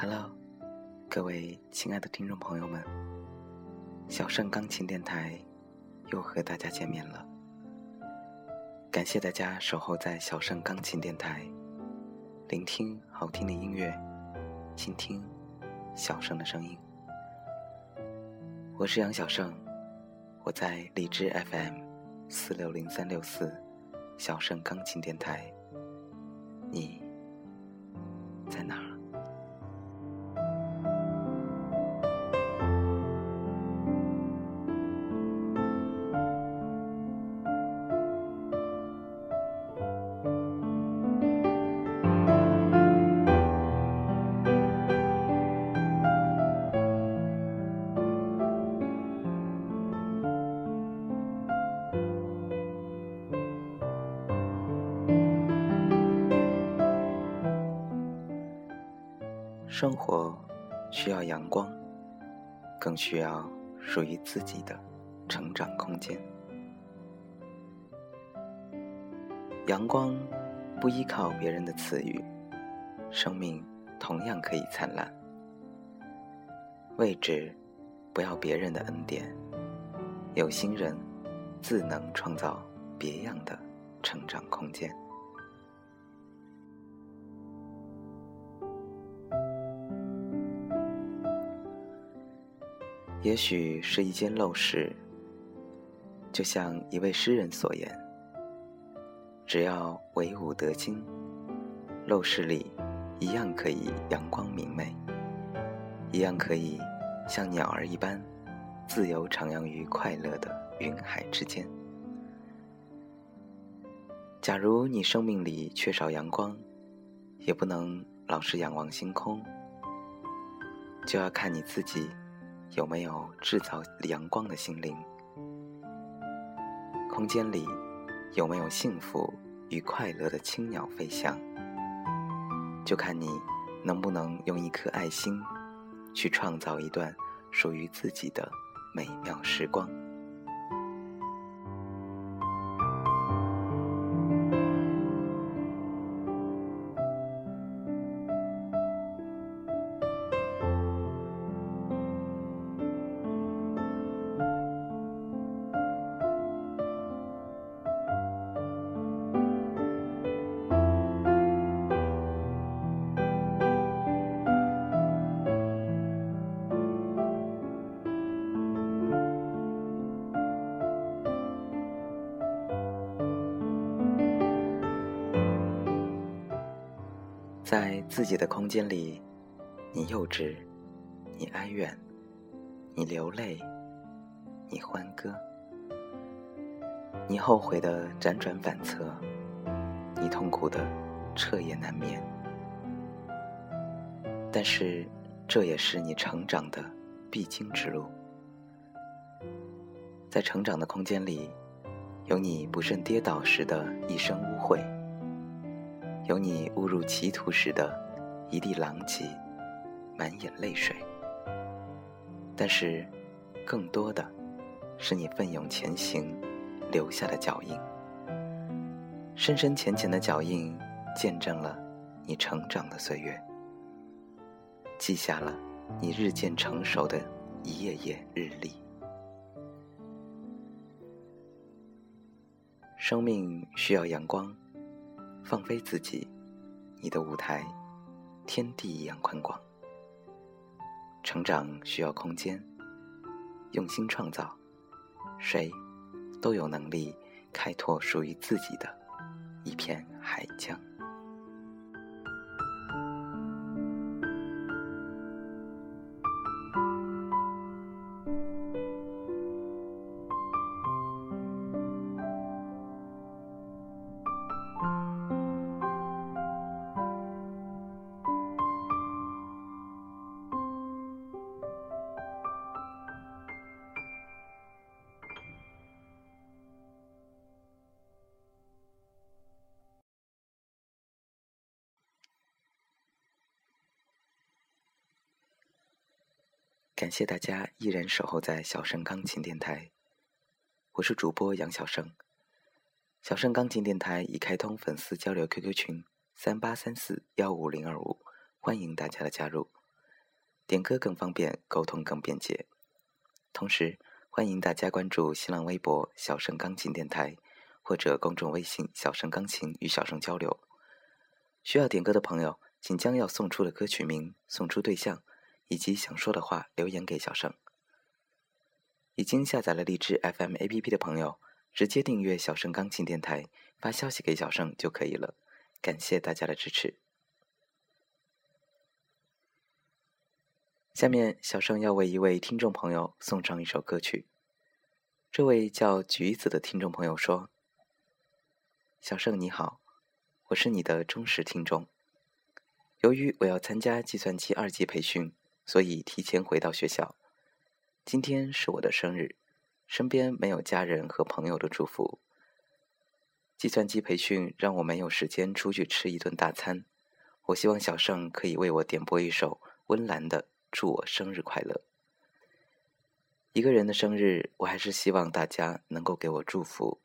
Hello， 各位亲爱的听众朋友们，小盛钢琴电台又和大家见面了。感谢大家守候在小盛钢琴电台，聆听好听的音乐，倾听小盛的声音。我是杨小盛，我在荔枝 FM460364小盛钢琴电台。你在哪儿？生活需要阳光，更需要属于自己的成长空间。阳光不依靠别人的赐予，生命同样可以灿烂。位置不要别人的恩典，有心人自能创造别样的成长空间。也许是一间陋室，就像一位诗人所言，只要唯吾德馨，陋室里一样可以阳光明媚，一样可以像鸟儿一般自由徜徉于快乐的云海之间。假如你生命里缺少阳光，也不能老是仰望星空，就要看你自己有没有制造阳光的心灵，空间里有没有幸福与快乐的轻鸟飞翔，就看你能不能用一颗爱心去创造一段属于自己的美妙时光。在自己的空间里，你幼稚，你哀怨，你流泪，你欢歌，你后悔的辗转反侧，你痛苦的彻夜难眠。但是这也是你成长的必经之路。在成长的空间里，有你不慎跌倒时的一身污秽，有你误入歧途时的一地狼藉，满眼泪水。但是更多的是你奋勇前行留下的脚印，深深浅浅的脚印见证了你成长的岁月，记下了你日渐成熟的一页页日历。生命需要阳光，放飞自己，你的舞台天地一样宽广。成长需要空间，用心创造，谁都有能力开拓属于自己的一片海疆。感谢大家依然守候在小盛钢琴电台，我是主播杨小盛。小盛钢琴电台已开通粉丝交流 QQ 群3834-15025，欢迎大家的加入。 点歌更方便，沟通更便捷。同时，欢迎大家关注新浪微博小盛钢琴电台，或者公众微信小盛钢琴与小盛交流。需要点歌的朋友，请将要送出的歌曲名、送出对象以及想说的话留言给小盛。已经下载了荔枝 FM APP 的朋友，直接订阅小盛钢琴电台，发消息给小盛就可以了。感谢大家的支持。下面小盛要为一位听众朋友送上一首歌曲。这位叫橘子的听众朋友说：小盛你好，我是你的忠实听众。由于我要参加计算机2级培训，所以提前回到学校。今天是我的生日，身边没有家人和朋友的祝福。计算机培训让我没有时间出去吃一顿大餐，我希望小盛可以为我点播一首温岚的《祝我生日快乐》。一个人的生日，我还是希望大家能够给我祝福。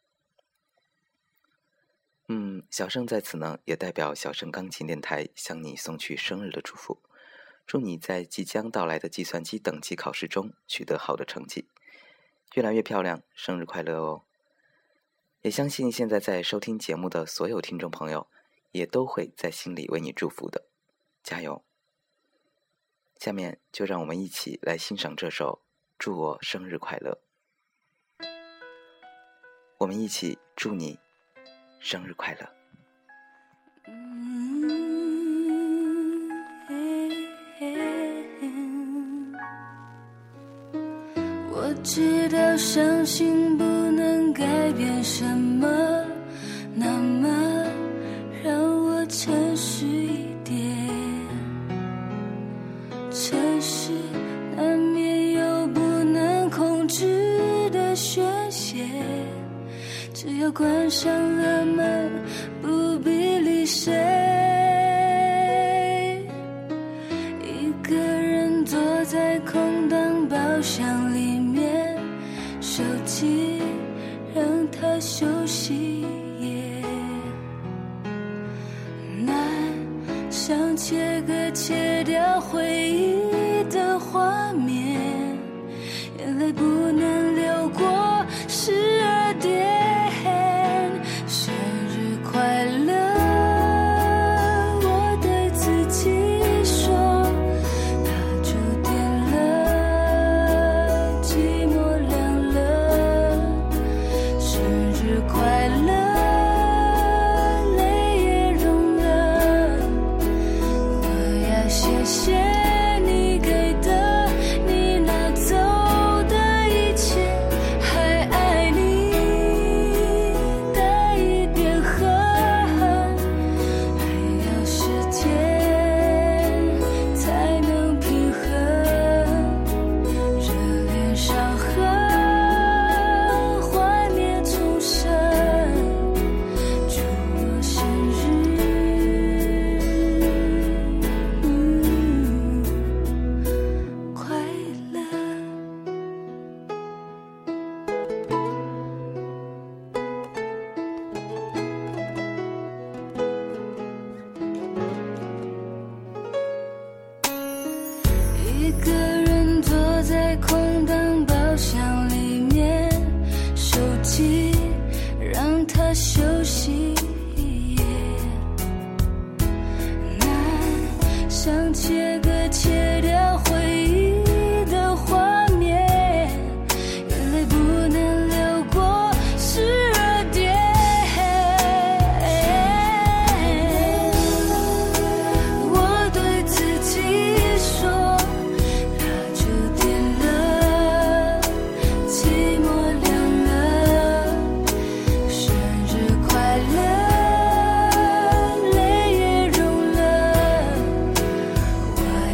小盛在此呢，也代表小盛钢琴电台向你送去生日的祝福。祝你在即将到来的计算机等级考试中取得好的成绩，越来越漂亮，生日快乐哦！也相信现在在收听节目的所有听众朋友，也都会在心里为你祝福的，加油！下面就让我们一起来欣赏这首《祝我生日快乐》。我们一起祝你生日快乐。 我知道相信不能改变什么，那么让我诚实一点。城市难免有不能控制的宣泄，只要关上了门，不必理谁。一个人坐在空荡包厢里面，手机让它休息也难，想切割切掉回忆的画面，眼泪不能流过12点。生日快乐，我对自己说，蜡烛点了，寂寞凉了。生日快乐，泪也融了。我要谢谢你给的，你拿走的一切，还爱你带一点恨，还要时间才能平衡热恋伤痕，幻灭重生。祝我生日快乐。一个人坐在空荡包厢里面，手机让它休息也难，想切割切掉回忆的画面，眼泪不能流过12点。我对自己说，蜡烛点了，寂寞凉了。生日快乐，泪也融了。我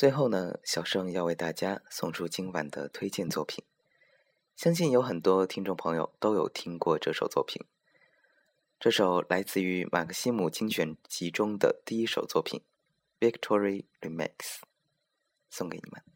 最后呢，小盛要为大家送出今晚的推荐作品。相信有很多听众朋友都有听过这首作品。这首来自于马克西姆精选集中的第一首作品 Victory Remix， 送给你们。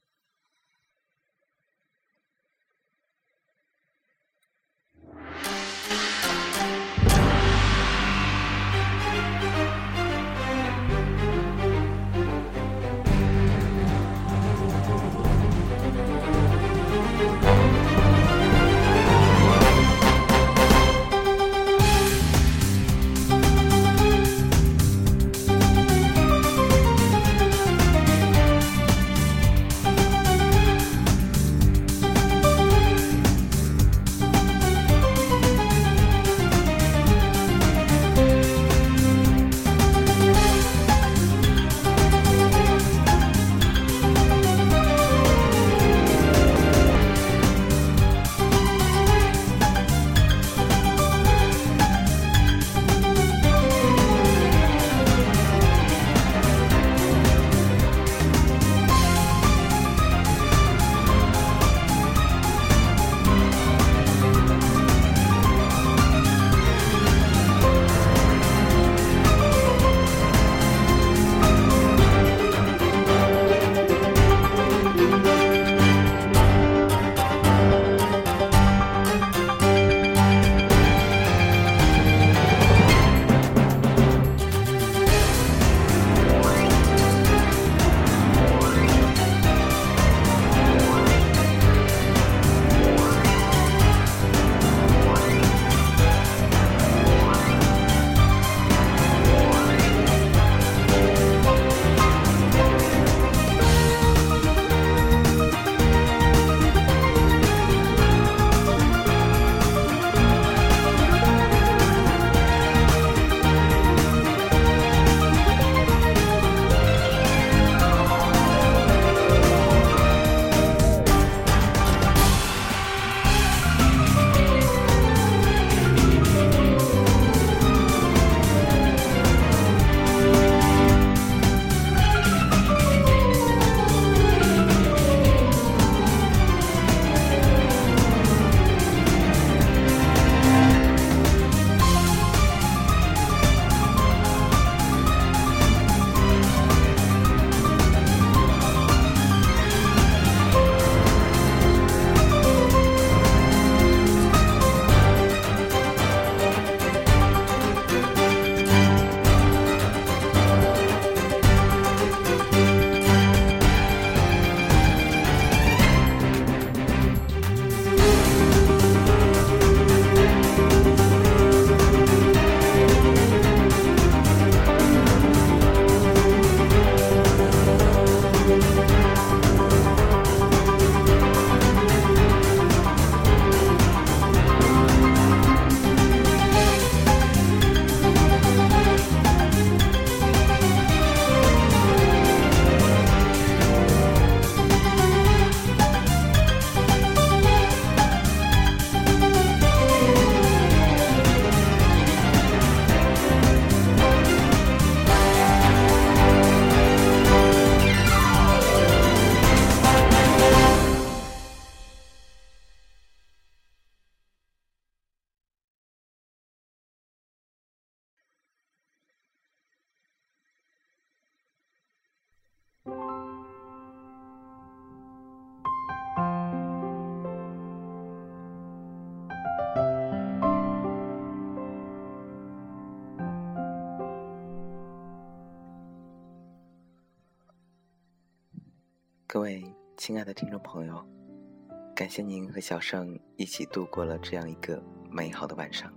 各位亲爱的听众朋友，感谢您和小盛一起度过了这样一个美好的晚上。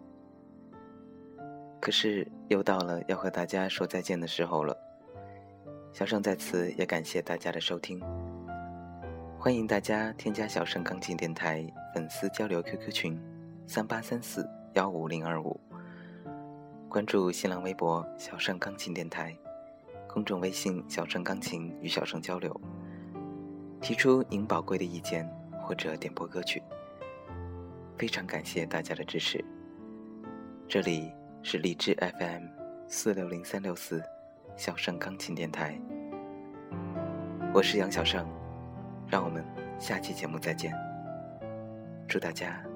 可是又到了要和大家说再见的时候了，小盛在此也感谢大家的收听。欢迎大家添加小盛钢琴电台粉丝交流 QQ 群3834-15025，关注新浪微博小盛钢琴电台，公众微信小盛钢琴与小盛交流，提出您宝贵的意见或者点播歌曲。非常感谢大家的支持。这里是荔枝 FM 460364小盛钢琴电台， 我是杨小胜，让我们下期节目再见。祝大家